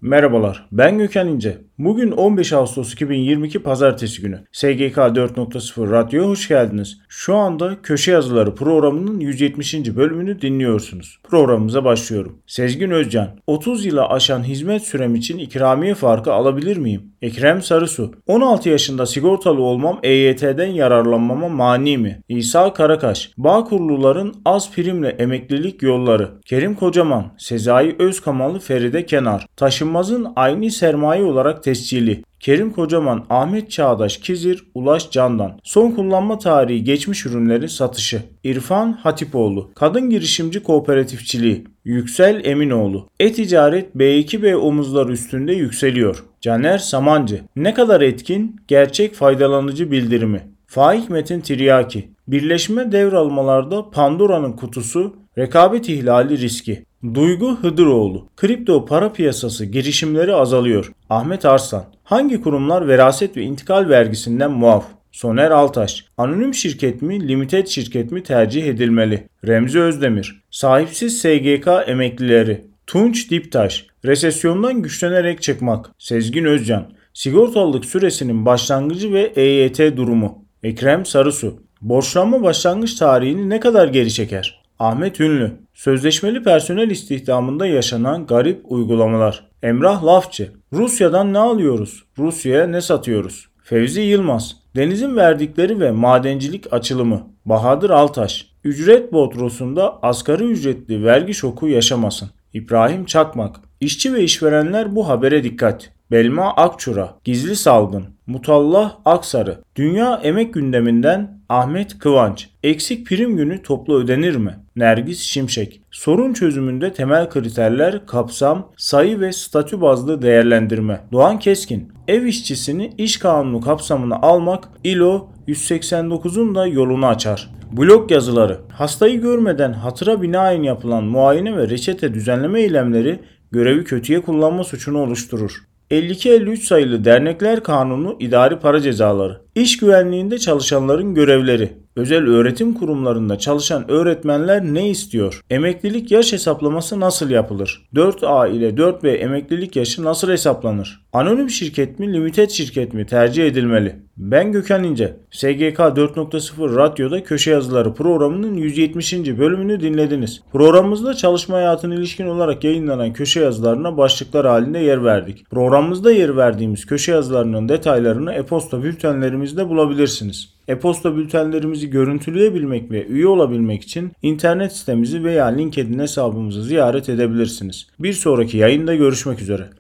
Merhabalar, ben Gökhan İnce. Bugün 15 Ağustos 2022 Pazartesi günü. SGK 4.0 Radyo'ya hoş geldiniz. Şu anda Köşe Yazıları programının 170. bölümünü dinliyorsunuz. Programımıza başlıyorum. Sezgin Özcan, 30 yıla aşan hizmet sürem için ikramiye farkı alabilir miyim? Ekrem Sarısu, 16 yaşında sigortalı olmam EYT'den yararlanmama mani mi? İsa Karakaş, Bağkurluların az primle emeklilik yolları. Kerim Kocaman, Sezai Özkamalı, Feride Kenar, Taşınmazın aynı sermaye olarak tescili. Kerim Kocaman, Ahmet Çağdaş, Kizir, Ulaş Candan. Son kullanma tarihi geçmiş ürünlerin satışı. İrfan Hatipoğlu, Kadın Girişimci Kooperatifçiliği. Yüksel Eminoğlu, E-ticaret B2B omuzlar üstünde yükseliyor. Caner Samancı, ne kadar etkin, gerçek faydalanıcı bildirimi. Faik Metin Tiryaki, birleşme devralmalarda Pandora'nın kutusu, rekabet ihlali riski. Duygu Hıdıroğlu, kripto para piyasası girişimleri azalıyor. Ahmet Arslan, hangi kurumlar veraset ve intikal vergisinden muaf? Soner Altaş, anonim şirket mi, limited şirket mi tercih edilmeli? Remzi Özdemir, sahipsiz SGK emeklileri. Tunç Diptaş, resesyondan güçlenerek çıkmak. Sezgin Özcan, sigortalılık süresinin başlangıcı ve EYT durumu. Ekrem Sarısu, borçlanma başlangıç tarihini ne kadar geri çeker? Ahmet Ünlü, sözleşmeli personel istihdamında yaşanan garip uygulamalar. Emrah Lafçı, Rusya'dan ne alıyoruz? Rusya'ya ne satıyoruz? Fevzi Yılmaz, denizin verdikleri ve madencilik açılımı. Bahadır Altaş, ücret botrosunda asgari ücretli vergi şoku yaşamasın. İbrahim Çakmak, işçi ve işverenler bu habere dikkat. Belma Akçura, gizli salgın. Mutallah Aksarı, dünya emek gündeminden Ahmet Kıvanç, eksik prim günü toplu ödenir mi? Nergis Şimşek, sorun çözümünde temel kriterler, kapsam, sayı ve statü bazlı değerlendirme. Doğan Keskin, ev işçisini iş kanunu kapsamına almak ILO 189'un da yolunu açar. Blog yazıları, hastayı görmeden hatıra binaen yapılan muayene ve reçete düzenleme eylemleri görevi kötüye kullanma suçunu oluşturur. 52-53 sayılı Dernekler Kanunu idari para cezaları. İş güvenliğinde çalışanların görevleri. Özel öğretim kurumlarında çalışan öğretmenler ne istiyor? Emeklilik yaş hesaplaması nasıl yapılır? 4A ile 4B emeklilik yaşı nasıl hesaplanır? Anonim şirket mi, limited şirket mi tercih edilmeli? Ben Gökhan İnce. SGK 4.0 Radyo'da Köşe Yazıları programının 170. bölümünü dinlediniz. Programımızda çalışma hayatına ilişkin olarak yayınlanan köşe yazılarına başlıklar halinde yer verdik. Programımızda yer verdiğimiz köşe yazılarının detaylarını e-posta bültenlerimizde bulabilirsiniz. E-posta bültenlerimizi görüntüleyebilmek ve üye olabilmek için internet sitemizi veya LinkedIn hesabımızı ziyaret edebilirsiniz. Bir sonraki yayında görüşmek üzere.